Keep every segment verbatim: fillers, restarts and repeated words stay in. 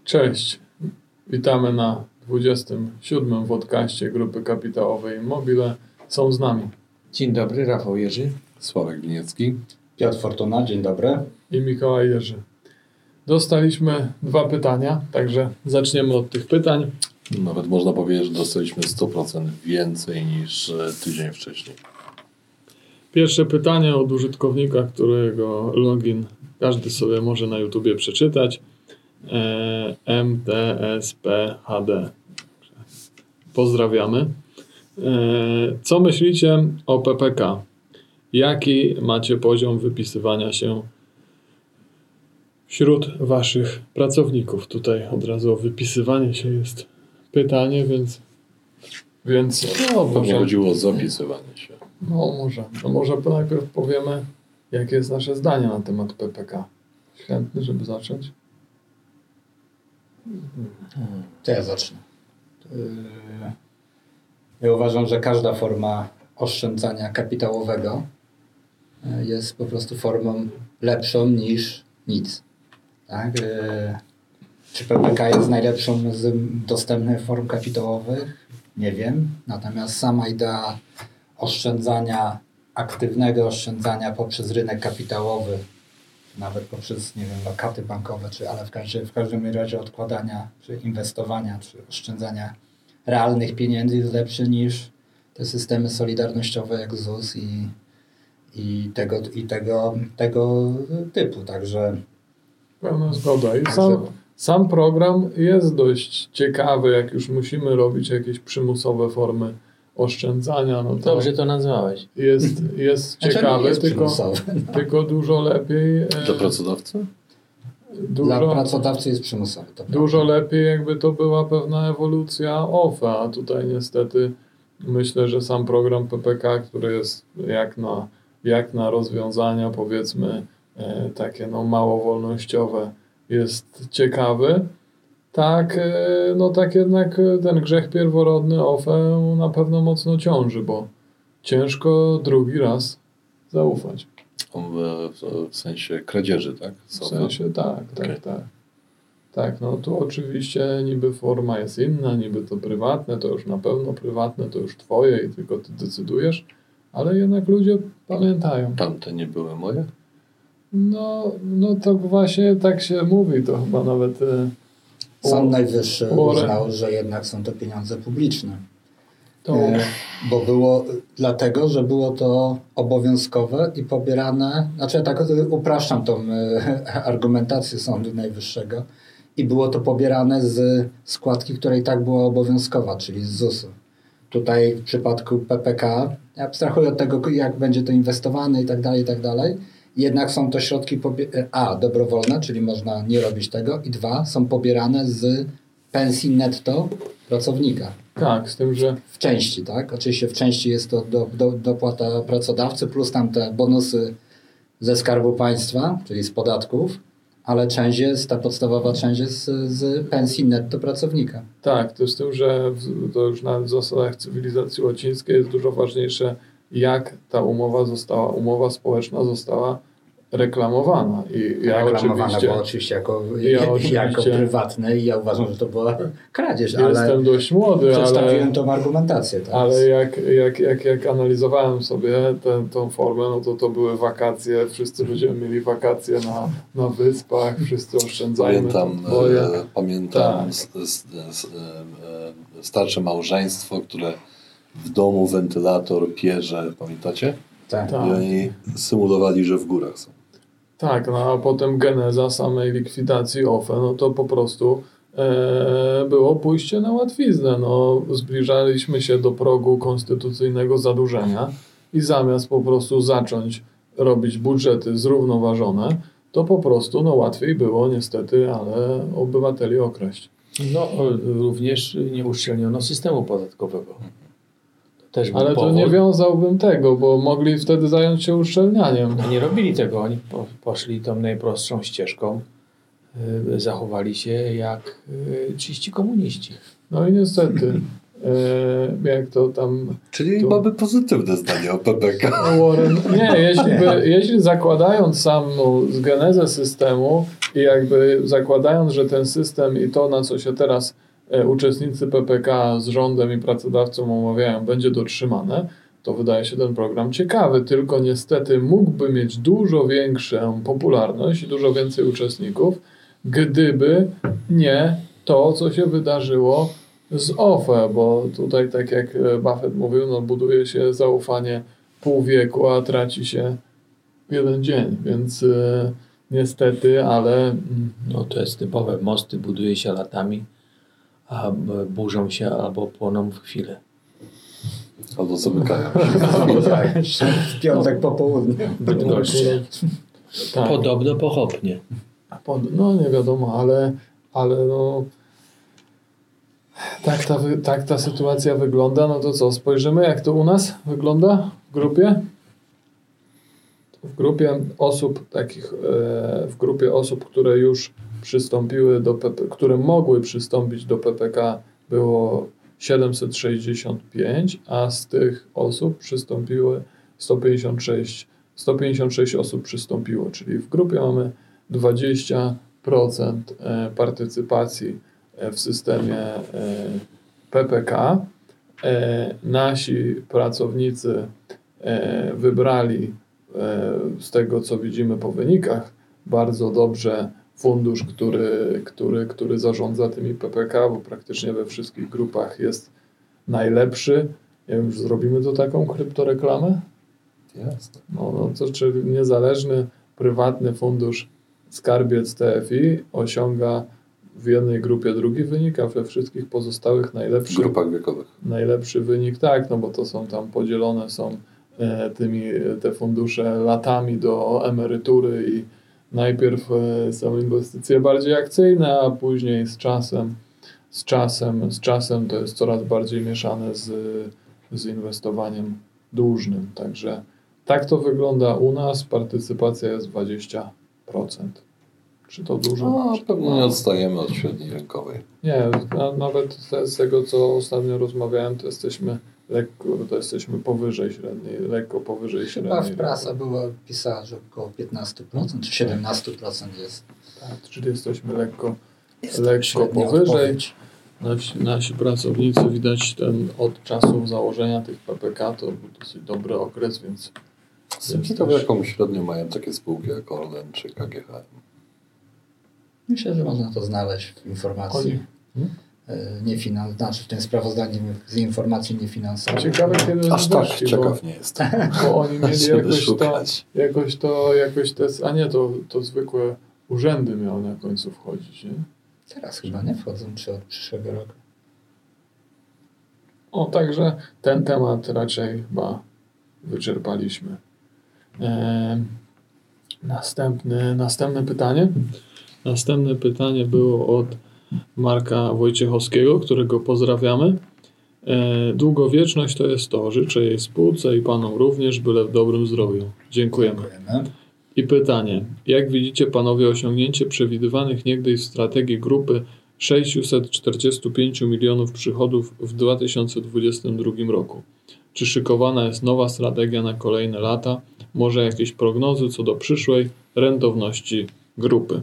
Cześć, witamy na dwudziestym siódmym podcaście Grupy Kapitałowej Immobile. Są z nami Dzień dobry, Rafał Jerzy, Sławek Winiecki, Piotr Fortuna, dzień dobry. I Mikołaj Jerzy. Dostaliśmy dwa pytania, także zaczniemy od tych pytań. Nawet można powiedzieć, że dostaliśmy sto procent więcej niż tydzień wcześniej. Pierwsze pytanie od użytkownika, którego login każdy sobie może na YouTubie przeczytać. E, M T S P H D. Pozdrawiamy. E, co myślicie o P P K? Jaki macie poziom wypisywania się wśród waszych pracowników? Tutaj od razu o wypisywanie się jest pytanie, więc więc no, może chodziło o zapisywanie się. No może. No może najpierw powiemy, jakie jest nasze zdanie na temat P P K. Chętny, żeby zacząć? To ja zacznę. Ja uważam, że każda forma oszczędzania kapitałowego jest po prostu formą lepszą niż nic. Tak? Czy P P K jest najlepszą z dostępnych form kapitałowych? Nie wiem. Natomiast sama idea oszczędzania, aktywnego oszczędzania poprzez rynek kapitałowy, nawet poprzez, nie wiem, lokaty bankowe, czy, ale w każdym, w każdym razie odkładania, czy inwestowania, czy oszczędzania realnych pieniędzy jest lepszy niż te systemy solidarnościowe jak Z U S i, i, tego, i tego, tego typu. Także pełna zgoda. I sam, sam program jest dość ciekawy, jak już musimy robić jakieś przymusowe formy oszczędzania. No to Dobrze to nazwałeś. Jest, jest ciekawy, jest tylko, no. tylko dużo lepiej. Dla pracodawcy? Dużo, Dla pracodawcy jest przymusowy. To dużo prawda. lepiej, jakby to była pewna ewolucja O F E, a tutaj niestety myślę, że sam program P P K, który jest jak na, jak na rozwiązania, powiedzmy e, takie no mało wolnościowe, jest ciekawy. Tak, e, no tak jednak ten grzech pierworodny O F E na pewno mocno ciąży, bo ciężko drugi raz zaufać. W, w sensie kradzieży, tak? W sensie tak, tak, okay. tak. Tak, no tu oczywiście niby forma jest inna, niby to prywatne, to już na pewno prywatne, to już twoje i tylko ty decydujesz, ale jednak ludzie pamiętają. Tamte nie były moje? No, no to właśnie tak się mówi, to chyba nawet... E, Sąd Najwyższy Warren. uznał, że jednak są to pieniądze publiczne. To... E, bo było dlatego, że było to obowiązkowe i pobierane, znaczy ja tak upraszczam tą e, argumentację Sądu Najwyższego, i było to pobierane z składki, która i tak była obowiązkowa, czyli z Z U S-u. Tutaj w przypadku P P K, ja abstrahuję od tego, jak będzie to inwestowane i tak dalej, i tak dalej, jednak są to środki pobie- a, dobrowolne, czyli można nie robić tego, i dwa, są pobierane z pensji netto pracownika. Tak, z tym, że... W części, tak? Oczywiście w części jest to do, do, dopłata pracodawcy plus tam te bonusy ze Skarbu Państwa, czyli z podatków, ale część jest, ta podstawowa część jest z, z pensji netto pracownika. Tak, to z tym, że w, to już na zasadach cywilizacji łacińskiej jest dużo ważniejsze, jak ta umowa została, umowa społeczna została reklamowana. I ja reklamowana oczywiście, była oczywiście jako, ja oczywiście jako prywatne i ja uważam, że to była kradzież. Jestem ale dość młody, przedstawiłem ale, tą argumentację. Tak? ale jak, jak, jak, jak analizowałem sobie tę, tą formę, no to to były wakacje, wszyscy będziemy mieli wakacje na, na wyspach, wszyscy oszczędzajmy. Pamiętam, Bo ja, e, pamiętam tak. s, s, s, e, starsze małżeństwo, które w domu wentylator pierze, pamiętacie? Tak. Tak. I oni symulowali, że w górach są. Tak, no a potem geneza samej likwidacji O F E, no to po prostu e, było pójście na łatwiznę. No, zbliżaliśmy się do progu konstytucyjnego zadłużenia i zamiast po prostu zacząć robić budżety zrównoważone, to po prostu no, łatwiej było niestety, ale obywateli okraść. No również nie uszczelniono systemu podatkowego. Też Ale powód. to nie wiązałbym tego, bo mogli wtedy zająć się uszczelnianiem. No nie robili tego, oni po, poszli tą najprostszą ścieżką, yy, zachowali się jak yy, czyści komuniści. No i niestety, yy, jak to tam... Czyli tu... mamy pozytywne zdanie o P P K. Warren, nie, jeśli, by, jeśli zakładając samą genezę systemu, I jakby zakładając, że ten system i to, na co się teraz e, uczestnicy P P K z rządem i pracodawcą omawiają, będzie dotrzymane, to wydaje się ten program ciekawy, tylko niestety mógłby mieć dużo większą popularność i dużo więcej uczestników, gdyby nie to, co się wydarzyło z O F E, bo tutaj, tak jak Buffett mówił, no buduje się zaufanie pół wieku, a traci się jeden dzień, więc e, niestety, ale... No to jest typowe. Mosty buduje się latami, a burzą się albo płoną w chwilę. Albo zamykają. No, tak. W piątek po południu. Bydgoszczy. Tak. Podobno pochopnie. Pod, no nie wiadomo, ale, ale no tak ta, wy- tak ta sytuacja wygląda. No to co, spojrzymy jak to u nas wygląda w grupie? W grupie osób takich, e, w grupie osób, które już przystąpiły do P P, które mogły przystąpić do P P K, było siedemset sześćdziesiąt pięć, a z tych osób przystąpiły sto pięćdziesiąt sześć, sto pięćdziesiąt sześć osób przystąpiło, czyli w grupie mamy dwadzieścia procent e, partycypacji e, w systemie e, P P K. E, nasi pracownicy e, wybrali e, z tego, co widzimy po wynikach, bardzo dobrze fundusz, który, który, który zarządza tymi P P K, bo praktycznie we wszystkich grupach jest najlepszy. Ja już zrobimy tu taką kryptoreklamę? Jasne. No, no to czyli niezależny, prywatny fundusz Skarbiec T F I osiąga w jednej grupie drugi wynik, a we wszystkich pozostałych W najlepszy, grupach wiekowych. najlepszy wynik, tak, no bo to są tam podzielone są e, tymi, te fundusze latami do emerytury i najpierw e, są inwestycje bardziej akcyjne, a później z czasem, z czasem, z czasem to jest coraz bardziej mieszane z, z inwestowaniem dłużnym, także tak to wygląda u nas, partycypacja jest dwadzieścia procent. Czy to dużo? No, Czy to pewnie nie mało? odstajemy od średniej rynkowej. Nie, na, nawet z, z tego, co ostatnio rozmawiałem, to jesteśmy lekko, to jesteśmy powyżej średniej, lekko powyżej Chyba średniej. w prasa było pisała, że około piętnaście procent czy siedemnaście procent jest. Tak, czyli jesteśmy lekko, jest lekko średnia powyżej. odpowiedź. Nasi, nasi pracownicy, widać ten od czasu założenia tych P P K to był dosyć dobry okres, więc Jestem Więc ciekawy, też- jaką średnią mają takie spółki jak Orlen czy K G H M. Myślę, że można to znaleźć w informacji. Oni- Hmm? e, Niefinans, znaczy w tym sprawozdaniu z informacji niefinansowych. ciekawe kiedy Aż tak weszli, ciekaw nie jestem, bo, bo oni mieli żeby jakoś to, szukać. jakoś to, jakoś te, a nie, to, to zwykłe urzędy miały na końcu wchodzić, nie? Teraz chyba nie wchodzą, czy od przyszłego roku. O, także ten temat raczej chyba wyczerpaliśmy. Eee, następne, następne pytanie. Następne pytanie było od Marka Wojciechowskiego, którego pozdrawiamy. Eee, długowieczność to jest to. Życzę jej spółce i panom również, byle w dobrym zdrowiu. Dziękujemy. Dziękujemy. I pytanie. Jak widzicie panowie osiągnięcie przewidywanych niegdyś w strategii grupy sześćset czterdzieści pięć milionów przychodów w dwa tysiące dwudziestym drugim roku? Czy szykowana jest nowa strategia na kolejne lata? Może jakieś prognozy co do przyszłej rentowności grupy?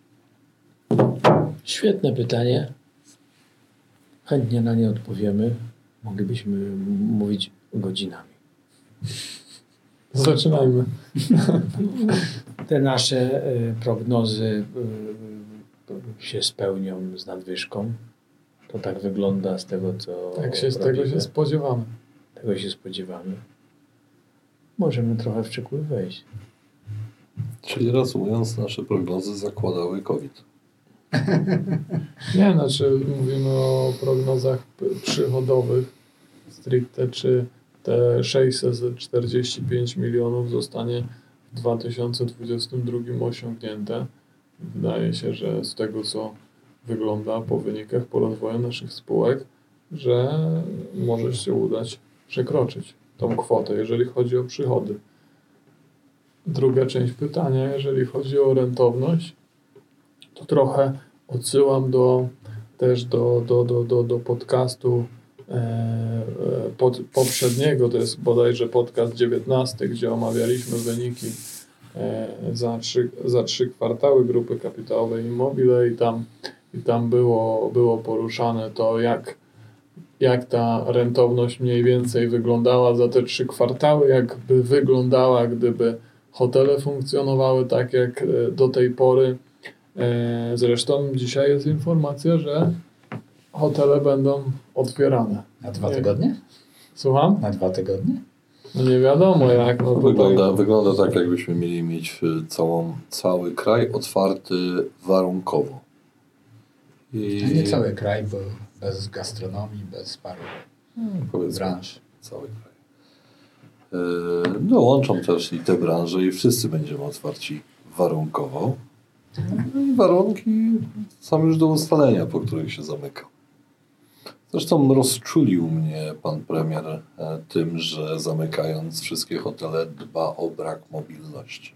Świetne pytanie. Chętnie na nie odpowiemy. Moglibyśmy m- mówić godzinami. Zaczynajmy. Te nasze y, prognozy y, y, się spełnią z nadwyżką. To tak wygląda z tego, co Tak się z tego robimy. się spodziewamy. Tego się spodziewamy. Możemy trochę w szczegóły wejść. Czyli reasumując, nasze prognozy zakładały COVID. Nie, znaczy mówimy o prognozach p- przychodowych stricte, czy te sześćset czterdzieści pięć milionów zostanie w dwa tysiące dwudziestym drugim osiągnięte. Wydaje się, że z tego, co wygląda po wynikach, po rozwoju naszych spółek, że może się udać przekroczyć tą kwotę, jeżeli chodzi o przychody. Druga część pytania, jeżeli chodzi o rentowność, to trochę odsyłam do, też do, do, do, do, do podcastu e, e, pod, poprzedniego, to jest bodajże podcast dziewiętnasty, gdzie omawialiśmy wyniki za trzy, za trzy kwartały grupy kapitałowej Immobile i tam, i tam było, było poruszane to, jak, jak ta rentowność mniej więcej wyglądała za te trzy kwartały, jakby wyglądała, gdyby hotele funkcjonowały tak jak do tej pory. Zresztą dzisiaj jest informacja, że hotele będą otwierane. Na dwa tygodnie? Słucham? Na dwa tygodnie? No nie wiadomo jak. No tutaj... wygląda, wygląda tak, jakbyśmy mieli mieć całą, cały kraj otwarty warunkowo. I... Nie cały kraj, bo bez gastronomii, bez paru Powiedzmy, branż. cały kraj. No łączą też i te branże i wszyscy będziemy otwarci warunkowo. No i warunki są już do ustalenia, po których się zamyka. Zresztą rozczulił mnie pan premier tym, że zamykając wszystkie hotele dba o brak mobilności.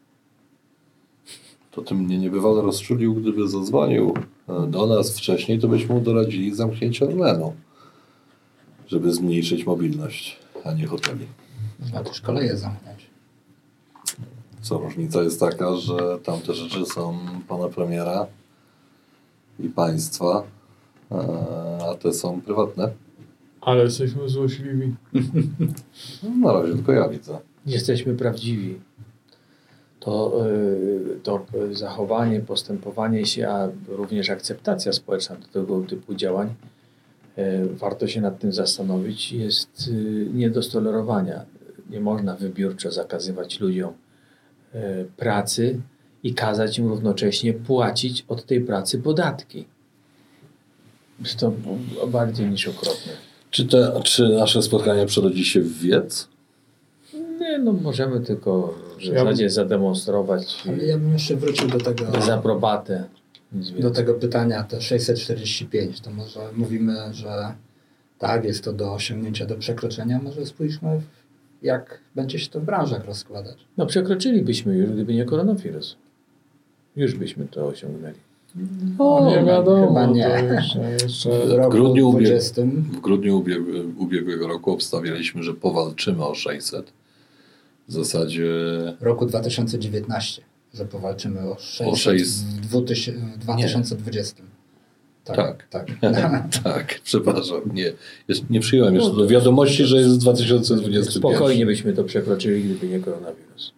To tym mnie niebywale rozczulił, gdyby zadzwonił do nas wcześniej, to byśmy mu doradzili zamknięcie Orlenu, żeby zmniejszyć mobilność, a nie hoteli. Można też koleje zamknąć. Co różnica jest taka, że tamte rzeczy są pana premiera i państwa, a te są prywatne. Ale jesteśmy złośliwi. No, na razie tylko ja widzę. Jesteśmy prawdziwi. To, yy, to zachowanie, postępowanie się, a również akceptacja społeczna do tego typu działań, yy, warto się nad tym zastanowić, jest yy, nie do stolerowania. Nie można wybiórczo zakazywać ludziom yy, pracy i kazać im równocześnie płacić od tej pracy podatki. Jest to bardziej niż okropne. Czy, te, czy nasze spotkanie przerodzi się w wiec? Nie, no możemy tylko w Ja zasadzie bym- zademonstrować Ale ja bym jeszcze wrócił do tego, dezaprobatę. Nic do więcej. tego pytania, to sześćset czterdzieści pięć. To może mówimy, że tak, jest to do osiągnięcia, do przekroczenia. Może spójrzmy, jak będzie się to w branżach rozkładać. No przekroczylibyśmy już, gdyby nie koronawirus. Już byśmy to osiągnęli. No, nie wiadomo. chyba nie. To jeszcze, jeszcze... W roku grudniu ubieg- dwudziestym W grudniu ubieg- ubiegłego roku obstawialiśmy, że powalczymy o sześćset. W zasadzie w roku dwa tysiące dziewiętnastym, że powalczymy o sześćset sześć- w dwa tysiące dwudziestym. Tak. tak. tak, przepraszam, nie, jeszcze nie przyjąłem jeszcze do wiadomości, że jest dwa tysiące dwudziesty pierwszy. Spokojnie byśmy to przekroczyli, gdyby nie koronawirus.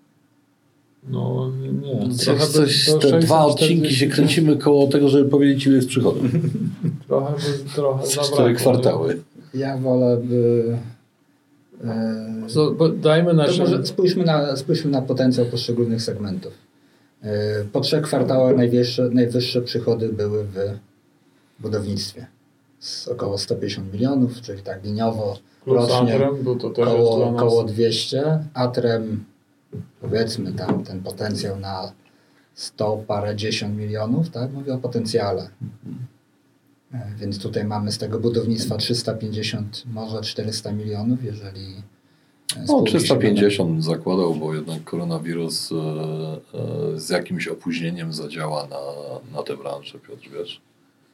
No nie. Coś, Trochę by- coś, to te dwa sześćset odcinki się czterdzieści kręcimy koło tego, żeby powiedzieć, ile jest przychodu. Trochę, by, trochę Cztery zabrakło. kwartały. Ja wolę, by... e, So, bo dajmy To naszym... może spójrzmy na, spójrzmy na potencjał poszczególnych segmentów. Yy, Po trzech kwartałach najwyższe, najwyższe przychody były w budownictwie. Z około sto pięćdziesiąt milionów, czyli tak liniowo Plus rocznie Atrem, bo to też jest dla koło, nas... koło dwieście. Atrem, powiedzmy tam ten potencjał na sto parę dziesiąt milionów, tak? Mówię o potencjale. Yy, Więc tutaj mamy z tego budownictwa trzysta pięćdziesiąt, może czterysta milionów, jeżeli No, spółki się trzysta pięćdziesiąt zakładał, bo jednak koronawirus e, e, z jakimś opóźnieniem zadziała na, na tę branżę, Piotr, wiesz?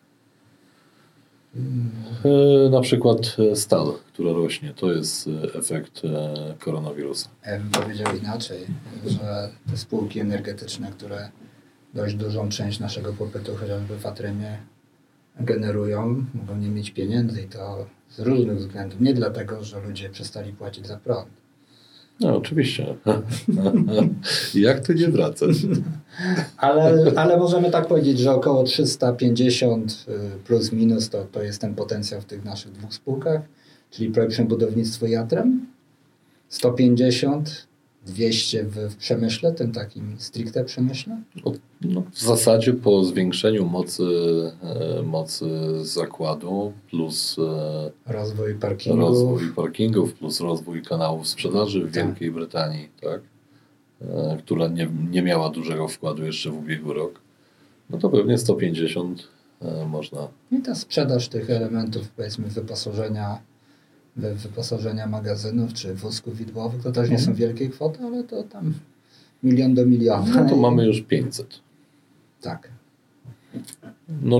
E, na przykład e, stal, która rośnie, to jest e, efekt e, koronawirusa. Ja bym powiedział inaczej, że te spółki energetyczne, które dość dużą część naszego popytu chociażby w Atremie generują, mogą nie mieć pieniędzy i to z różnych względów. Nie dlatego, że ludzie przestali płacić za prąd. No oczywiście. Jak tu nie wracać? Ale, ale możemy tak powiedzieć, że około trzysta pięćdziesiąt plus minus to, to jest ten potencjał w tych naszych dwóch spółkach, czyli Projekt Budownictwo i Atrem. sto pięćdziesiąt, dwieście w, w przemyśle, tym takim stricte przemyśle. No, no, w zasadzie po zwiększeniu mocy, e, mocy zakładu plus e, Rozwój parkingów. rozwój parkingów plus rozwój kanałów sprzedaży w Tak. Wielkiej Brytanii, tak? E, która nie, nie miała dużego wkładu jeszcze w ubiegły rok, no to pewnie sto pięćdziesiąt e, można. I ta sprzedaż tych elementów, powiedzmy, wyposażenia, wy, wyposażenia magazynów czy wózków widłowych, to też nie są wielkie kwoty, ale to tam milion do miliona. No to mamy już pięćset. Tak.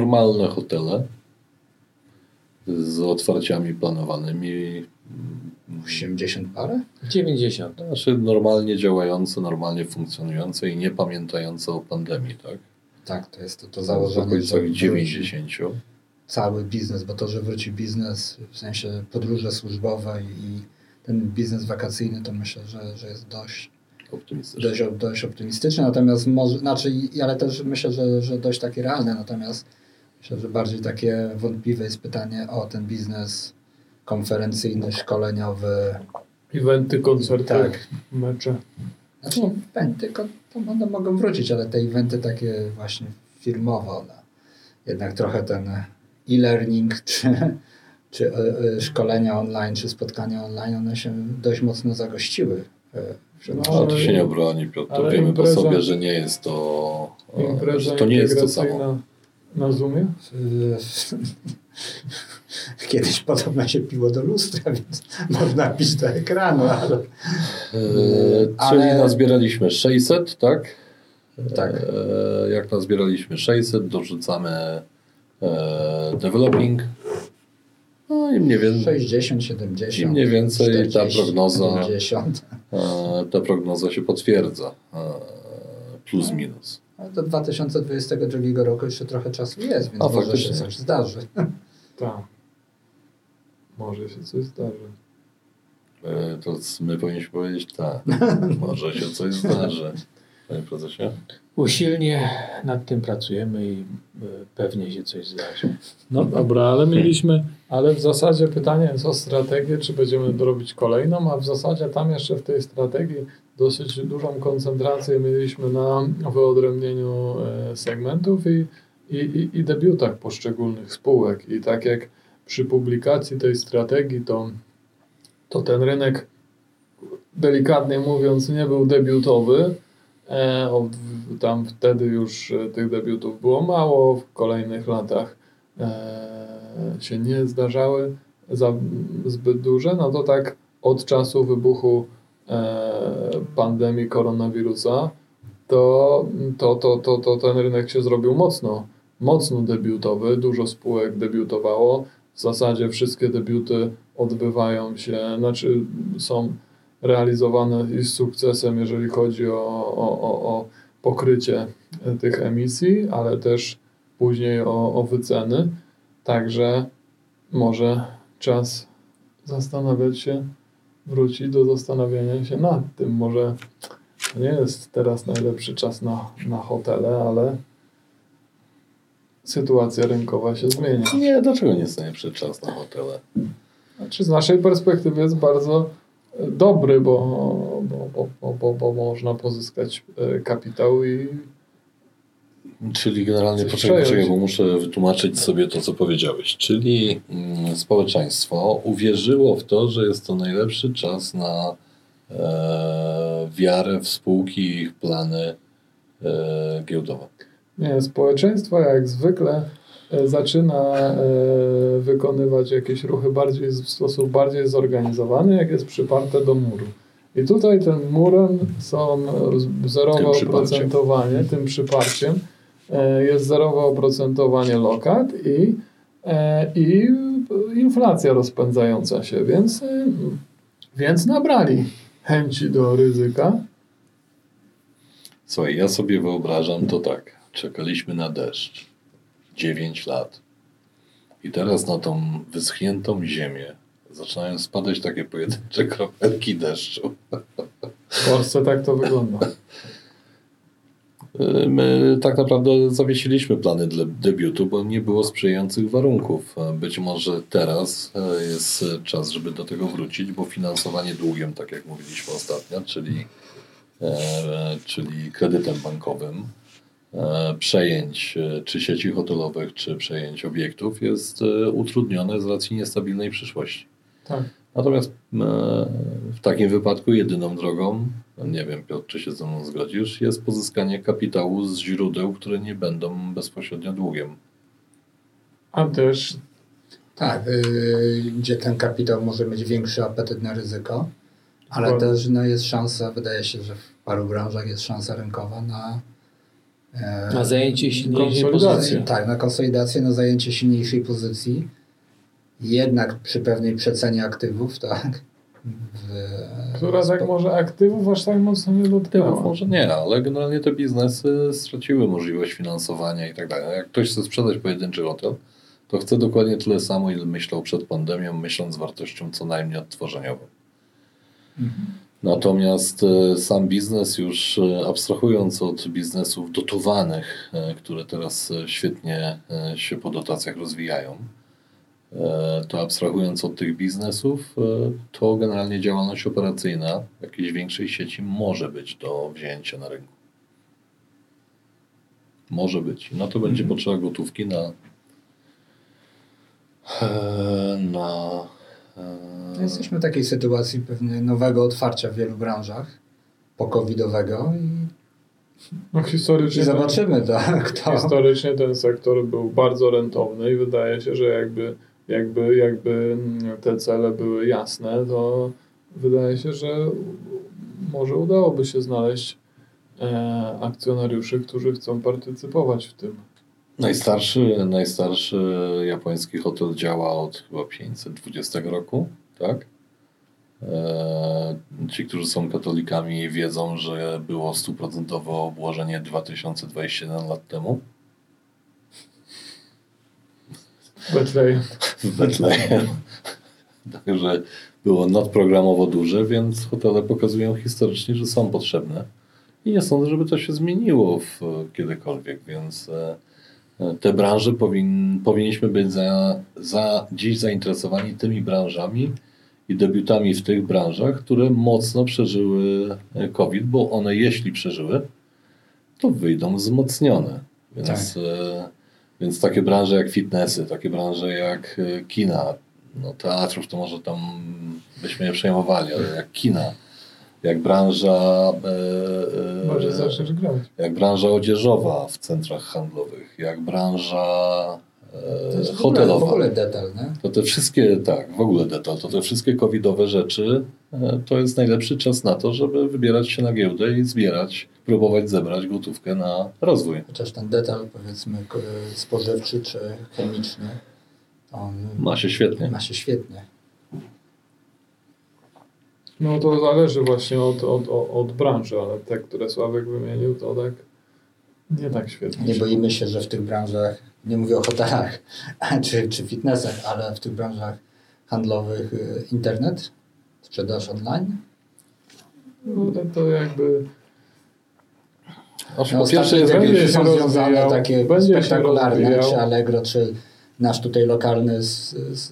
Normalne hotele z otwarciami planowanymi osiemdziesiąt parę? dziewięćdziesiąt. Znaczy normalnie działające, normalnie funkcjonujące i nie pamiętające o pandemii, tak? Tak, to jest to, to W założenie, okolicach że dziewięćdziesiąt. cały biznes, bo to, że wróci biznes, w sensie podróże służbowe i ten biznes wakacyjny, to myślę, że, że jest dość Optymistyczne. dość, dość optymistyczne, natomiast może, znaczy, ale też myślę, że, że dość takie realne, natomiast myślę, że bardziej takie wątpliwe jest pytanie o ten biznes konferencyjny, szkoleniowy. Eventy, koncerty, Tak. mecze. Znaczy eventy, ko- to one mogą wrócić, ale te eventy takie właśnie firmowe, one jednak trochę ten e-learning, czy, czy e, e, szkolenia online, czy spotkania online, one się dość mocno zagościły. e, wśród No, No, ale- to się nie obroni, Piotr. To ale wiemy impreza- po sobie, że nie jest to, Impreza że to nie jest to samo. integracyjna na Zoomie? Kiedyś podobno się piło do lustra, więc można pić do ekranu, ale... E, Ale- Czyli nazbieraliśmy sześćset, tak? Tak. E, jak nazbieraliśmy sześćset, dorzucamy e, developing. No i mniej więcej, sześćdziesiąt, siedemdziesiąt, i mniej więcej czterdzieści, ta prognoza, pięćdziesiąt. e, ta prognoza się potwierdza. E, plus minus. Ale do dwa tysiące dwudziestego drugiego roku jeszcze trochę czasu jest, więc A, może faktycznie. się coś zdarzy. Tak. Może się coś zdarzy. E, to my powinniśmy powiedzieć tak. Może się coś zdarzy. Panie prezesie? Usilnie nad tym pracujemy i e, pewnie się coś zdarzy. No dobra, ale mieliśmy, ale w zasadzie pytanie jest o strategię, czy będziemy robić kolejną, a w zasadzie tam jeszcze w tej strategii dosyć dużą koncentrację mieliśmy na wyodrębnieniu e, segmentów i, i, i, i debiutach poszczególnych spółek. I tak jak przy publikacji tej strategii, to, to ten rynek, delikatnie mówiąc, nie był debiutowy. E, od, tam wtedy już e, tych debiutów było mało, w kolejnych latach e, się nie zdarzały za, zbyt duże, no to tak od czasu wybuchu e, pandemii koronawirusa to, to, to, to, to ten rynek się zrobił mocno, mocno debiutowy, dużo spółek debiutowało, w zasadzie wszystkie debiuty odbywają się, znaczy są realizowane i z sukcesem, jeżeli chodzi o, o, o, o pokrycie tych emisji, ale też później o, o wyceny. Także może czas zastanawiać się, wrócić do zastanawiania się nad tym. Może to nie jest teraz najlepszy czas na, na hotele, ale sytuacja rynkowa się zmienia. Nie, dlaczego nie jest najlepszy czas na hotele? Znaczy z naszej perspektywy jest bardzo dobry, bo, bo, bo, bo, bo, bo można pozyskać kapitał i Czyli generalnie, Coś poczekaj, przejąć. poczekaj, bo muszę wytłumaczyć sobie to, co powiedziałeś. Czyli mm, społeczeństwo uwierzyło w to, że jest to najlepszy czas na e, wiarę w spółki i ich plany e, giełdowe. nie, społeczeństwo jak zwykle e, zaczyna e, wykonywać jakieś ruchy bardziej w sposób bardziej zorganizowany, jak jest przyparte do muru. I tutaj tym murem są e, zerowe Tym przyparciem. oprocentowanie, tym przyparciem e, jest zerowe oprocentowanie lokat i, e, i inflacja rozpędzająca się, więc, e, więc nabrali chęci do ryzyka. Słuchaj, ja sobie wyobrażam to tak. Czekaliśmy na deszcz. dziewięć lat. I teraz na tą wyschniętą ziemię zaczynają spadać takie pojedyncze kropelki deszczu. W Polsce tak to wygląda. My tak naprawdę zawiesiliśmy plany dla debiutu, bo nie było sprzyjających warunków. Być może teraz jest czas, żeby do tego wrócić, bo finansowanie długiem, tak jak mówiliśmy ostatnio, czyli, e, czyli kredytem bankowym, e, przejęć e, czy sieci hotelowych, czy przejęć obiektów jest e, utrudnione z racji niestabilnej przyszłości. Tak. Natomiast e, w takim wypadku jedyną drogą, nie wiem Piotr, czy się ze mną zgodzisz, jest pozyskanie kapitału z źródeł, które nie będą bezpośrednio długiem. A też Tak, yy, gdzie ten kapitał może mieć większy apetyt na ryzyko, ale Dokładnie. też no, jest szansa, wydaje się, że w paru branżach jest szansa rynkowa na e, Na zajęcie silniejszej konsolidację. pozycji. Tak, na konsolidację, na zajęcie silniejszej pozycji. Jednak przy pewnej przecenie aktywów, tak, w, Która tak może aktywów aż tak mocno nie dotknęła. Może nie, ale generalnie te biznesy straciły możliwość finansowania i tak dalej. Jak ktoś chce sprzedać pojedynczy hotel, to chce dokładnie tyle samo, ile myślał przed pandemią, myśląc wartością co najmniej odtworzeniową. Mhm. Natomiast sam biznes, już abstrahując od biznesów dotowanych, które teraz świetnie się po dotacjach rozwijają, to abstrahując od tych biznesów, to generalnie działalność operacyjna jakiejś większej sieci może być do wzięcia na rynku. Może być. No to będzie mhm. potrzeba gotówki na na Jesteśmy w takiej sytuacji pewnie nowego otwarcia w wielu branżach po-covidowego i, no, historycznie i zobaczymy, tak, kto... Historycznie ten sektor był bardzo rentowny i wydaje się, że jakby, jakby, jakby te cele były jasne, to wydaje się, że może udałoby się znaleźć e, akcjonariuszy, którzy chcą partycypować w tym. Najstarszy, najstarszy japoński hotel działa od chyba pięćset dwudziestego roku, tak? Eee, ci, którzy są katolikami, wiedzą, że było stuprocentowe obłożenie dwa tysiące dwadzieścia jeden lat temu. W Betlejem. W Betlejem. Także było nadprogramowo duże, więc hotele pokazują historycznie, że są potrzebne. I nie sądzę, żeby to się zmieniło w, kiedykolwiek, więc e, te branże powin, powinniśmy być za, za dziś zainteresowani tymi branżami i debiutami w tych branżach, które mocno przeżyły COVID, bo one jeśli przeżyły, to wyjdą wzmocnione. Więc, tak. e, więc takie branże jak fitnessy, takie branże jak kina, no teatrów to może tam byśmy nie przejmowali, ale jak kina, jak branża e, e, może zaczniesz grać. Jak branża odzieżowa w centrach handlowych, jak branża e, to jest hotelowa. W ogóle detal, nie? To te wszystkie, tak, w ogóle detal, to te wszystkie covidowe rzeczy, e, to jest najlepszy czas na to, żeby wybierać się na giełdę i zbierać, próbować zebrać gotówkę na rozwój. Chociaż ten detal, powiedzmy, spożywczy czy chemiczny, on ma się świetnie. Ma się świetnie. No to zależy właśnie od, od, od, od branży, ale te, które Sławek wymienił, to tak nie tak świetnie. Nie boimy się, że w tych branżach, nie mówię o hotelach czy, czy fitnessach, ale w tych branżach handlowych internet, sprzedaż online? No to jakby... No, po pierwsze jest jakieś są związane takie spektakularne, czy Allegro, czy nasz tutaj lokalny z, z,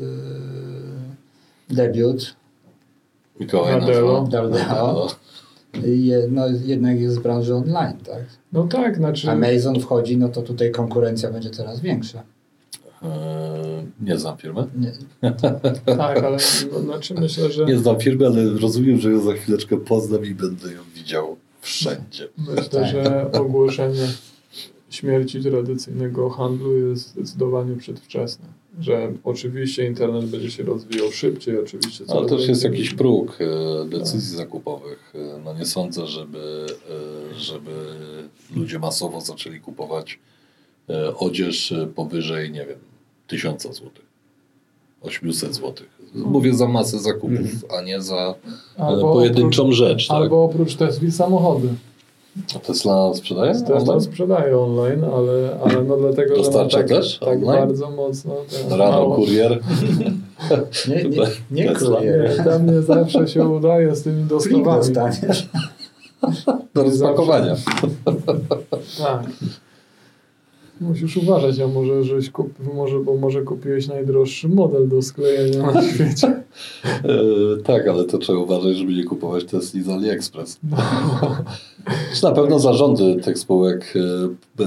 debiut. Mikołaj Dardelo. Dardelo. Je, no, jednak jest z branży online, tak? No tak, znaczy... Amazon wchodzi, no to tutaj konkurencja będzie coraz większa. Eee, nie znam firmy. Nie. Tak, ale no, znaczy myślę, że... Nie znam firmy, ale rozumiem, że ją za chwileczkę poznam i będę ją widział wszędzie. Myślę, tak. że ogłoszenie śmierci tradycyjnego handlu jest zdecydowanie przedwczesne. Że oczywiście internet będzie się rozwijał szybciej, oczywiście. Ale też jest jakiś próg decyzji tak. zakupowych. No nie sądzę, żeby, żeby ludzie masowo zaczęli kupować odzież powyżej, nie wiem, tysiąca złotych, osiemset złotych. Mówię za masę zakupów, mm. a nie za albo pojedynczą oprócz, rzecz. Tak? Albo oprócz Tesli samochody. A Tesla sprzedaje? Tesla online? sprzedaje online, ale, ale no dlatego, Dostarcza że ma tak, też tak bardzo mocno... Ten, Rano mało. kurier. nie, nie, nie kurier. Tam nie zawsze się udaje z tymi dostawami. dostaniesz. Do rozpakowania. Tak. Musisz uważać, a może, żeś kupił, może, bo może kupiłeś najdroższy model do sklejenia na świecie. e, tak, ale to trzeba uważać, żeby nie kupować Tesli z AliExpress. No. Na pewno zarządy tych spółek, e,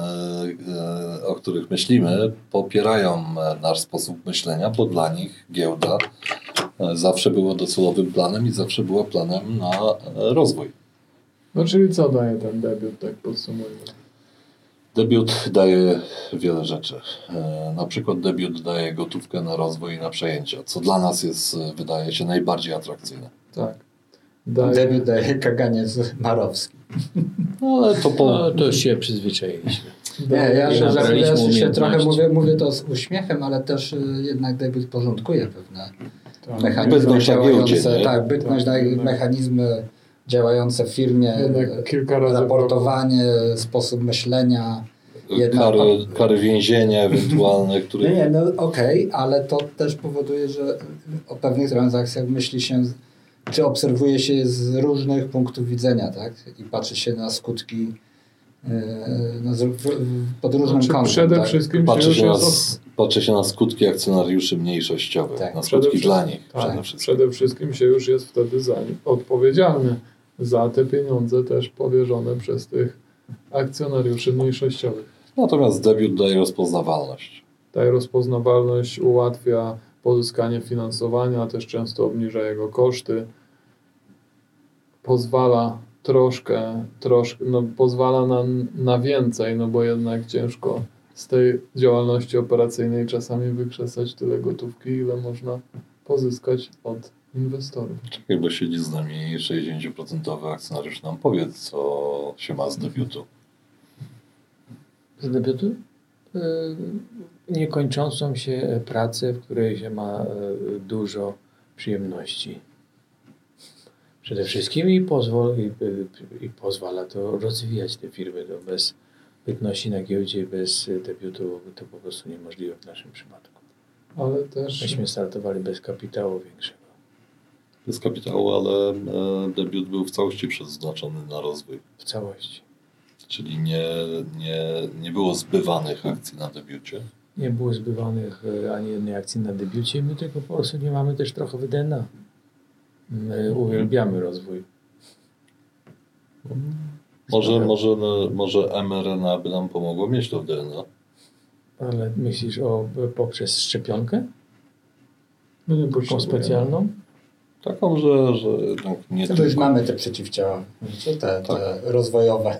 e, o których myślimy, popierają nasz sposób myślenia, bo dla nich giełda zawsze była docelowym planem i zawsze była planem na rozwój. No czyli co daje ten debiut, tak podsumujmy? Debiut daje wiele rzeczy. E, na przykład debiut daje gotówkę na rozwój i na przejęcia, co dla nas jest, wydaje się, najbardziej atrakcyjne. Tak. Daje... Debiut daje kaganiec marowski. No, ale to po... No, to już się przyzwyczailiśmy. Nie, ja, ja, ja, ja się trochę mówię, mówię to z uśmiechem, ale też y, jednak debiut porządkuje pewne Tak. mechanizmy Bytność na giełdzie, działające, nie? tak, bytność Tak, na jednak. mechanizmy działające w firmie, Jednak kilka razy w raportowanie, sposób myślenia. Jedna- Kary, kary więzienia ewentualne, Nie, które... nie, no okej, ale to też powoduje, że o pewnych transakcjach myśli się, czy obserwuje się je z różnych punktów widzenia, tak? I patrzy się na skutki yy, no, z, w, pod różnym Znaczy, kątem. przede tak? wszystkim się Patrzy już się, na, jest... patrzy się na skutki akcjonariuszy mniejszościowych, Tak. na Przede skutki wszystkim- dla nich Tak, przede wszystkim. przede wszystkim się już jest wtedy za nim odpowiedzialny za te pieniądze też powierzone przez tych akcjonariuszy mniejszościowych. Natomiast debiut daje rozpoznawalność. Ta rozpoznawalność ułatwia pozyskanie finansowania, też często obniża jego koszty, pozwala troszkę, troszkę no, pozwala na, na więcej, no bo jednak ciężko z tej działalności operacyjnej czasami wykrzesać tyle gotówki, ile można pozyskać od inwestorów. Czekaj, bo siedzi z nami sześćdziesiąt procent akcjonariusz. Nam powiedz, co się ma z debiutu. Z debiutu? Y, Niekończącą się pracę, w której się ma y, dużo przyjemności. Przede wszystkim i, pozwol, i, y, i pozwala to rozwijać te firmy. To bez bytności na giełdzie, bez debiutu to po prostu niemożliwe w naszym przypadku. Ale też Myśmy startowali bez kapitału większego. Bez kapitału, ale e, debiut był w całości przeznaczony na rozwój. W całości. Czyli nie, nie, nie było zbywanych akcji na debiucie. Nie było zbywanych y, ani jednej akcji na debiucie. My tylko po prostu nie mamy też trochę w D N A. My uwielbiamy rozwój. Może, może, może M R N A by nam pomogło mieć to w D N A. Ale myślisz o poprzez szczepionkę? my nie Taką potrzebujemy. specjalną? Taką, że, że jednak nie To już tylko. mamy te przeciwciała, wiecie, te, te rozwojowe,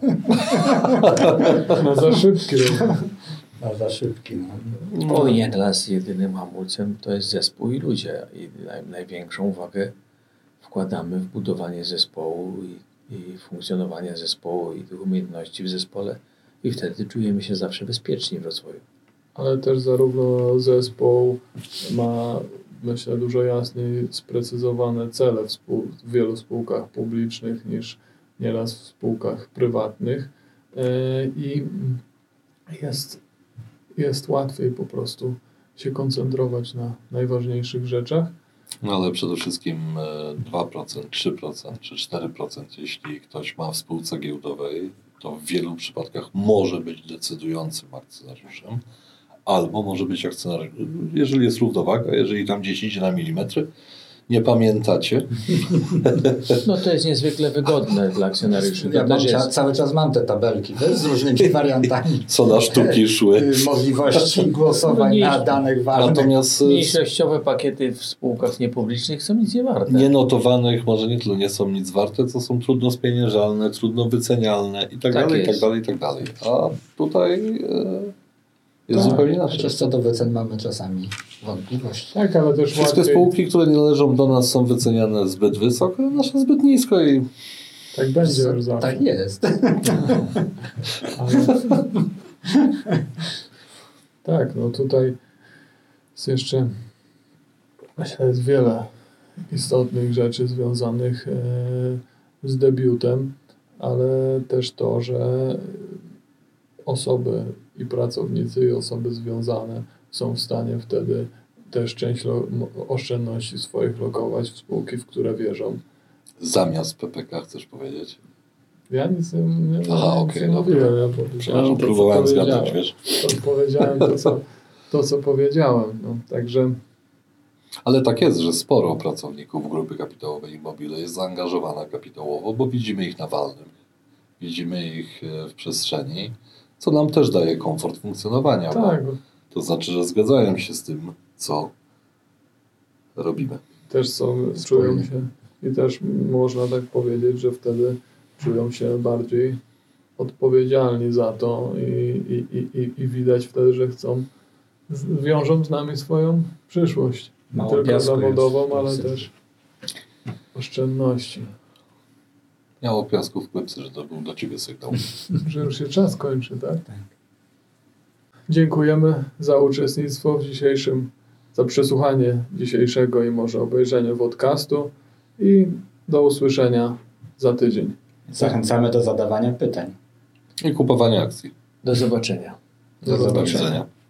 No za szybkie. a za szybki. No. O nie, dla nas jedynym hamulcem to jest zespół i ludzie. I naj, największą uwagę wkładamy w budowanie zespołu i, i funkcjonowanie zespołu i tych umiejętności w zespole. I wtedy czujemy się zawsze bezpieczni w rozwoju. Ale też zarówno zespół ma, myślę, dużo jasniej sprecyzowane cele w, spół, w wielu spółkach publicznych niż nieraz w spółkach prywatnych yy, i jest, jest łatwiej po prostu się koncentrować na najważniejszych rzeczach. No ale przede wszystkim e, dwa procent, trzy procent czy cztery procent, jeśli ktoś ma w spółce giełdowej, to w wielu przypadkach może być decydującym akcjonariuszem, albo może być akcjonariuszem, jeżeli jest równowaga, jeżeli tam gdzieś idzie na milimetry, nie pamiętacie. No to jest niezwykle wygodne dla akcjonariuszy. To Ja mam, też ca- jest, cały czas mam te tabelki wiesz, z różnymi wariantami Co na sztuki szły. y, możliwości głosowań No nie- na danych ważnych. Natomiast e, mniejszościowe pakiety w spółkach niepublicznych są nic nie warte. nienotowanych może nie tyle nie są nic warte, co są trudno spieniężalne, trudno wycenialne i tak Tak dalej, i tak jest. dalej, i tak dalej. A tutaj e, jest Tak. zupełnie inaczej. Chociaż co do wycen mamy czasami wątpliwości. Tak, ale też Wszystkie łatwiej, spółki, które nie należą do nas, są wyceniane zbyt wysoko, a nasze zbyt nisko i tak będzie już zawsze. Tak jest. Ale... tak, no tutaj jest jeszcze, myślę, jest wiele istotnych rzeczy związanych e, z debiutem, ale też to, że osoby i pracownicy i osoby związane są w stanie wtedy też część lo- mo- oszczędności swoich lokować w spółki, w które wierzą. zamiast P P K chcesz powiedzieć? Ja nic nie, nie, Aha, nic okej, nie dobra. mówiłem. Ja powiedziałem Przepraszam, to, co próbowałem powiedziałem. zgadnąć, wiesz. To powiedziałem to, co, to, co powiedziałem. No, także Ale tak jest, że sporo pracowników grupy kapitałowej Immobile jest zaangażowana kapitałowo, bo widzimy ich na walnym, widzimy ich e, w przestrzeni, co nam też daje komfort funkcjonowania. tak, Bo to znaczy, że zgadzają się z tym, co robimy. też są, czują się i też można tak powiedzieć, że wtedy czują się bardziej odpowiedzialni za to i, i, i, i, i widać wtedy, że chcą, z- wiążą z nami swoją przyszłość. Nie Mało tylko piasku jest zawodową, w ale Polsce. też oszczędności. Miało piasku w klepce, że to był do Ciebie sygnał. Że już się czas kończy, tak? Tak. Dziękujemy za uczestnictwo w dzisiejszym za przesłuchanie dzisiejszego i może obejrzenie podcastu i do usłyszenia za tydzień. Zachęcamy do zadawania pytań. I kupowania akcji. Do zobaczenia. Do Do zobaczenia. widzenia.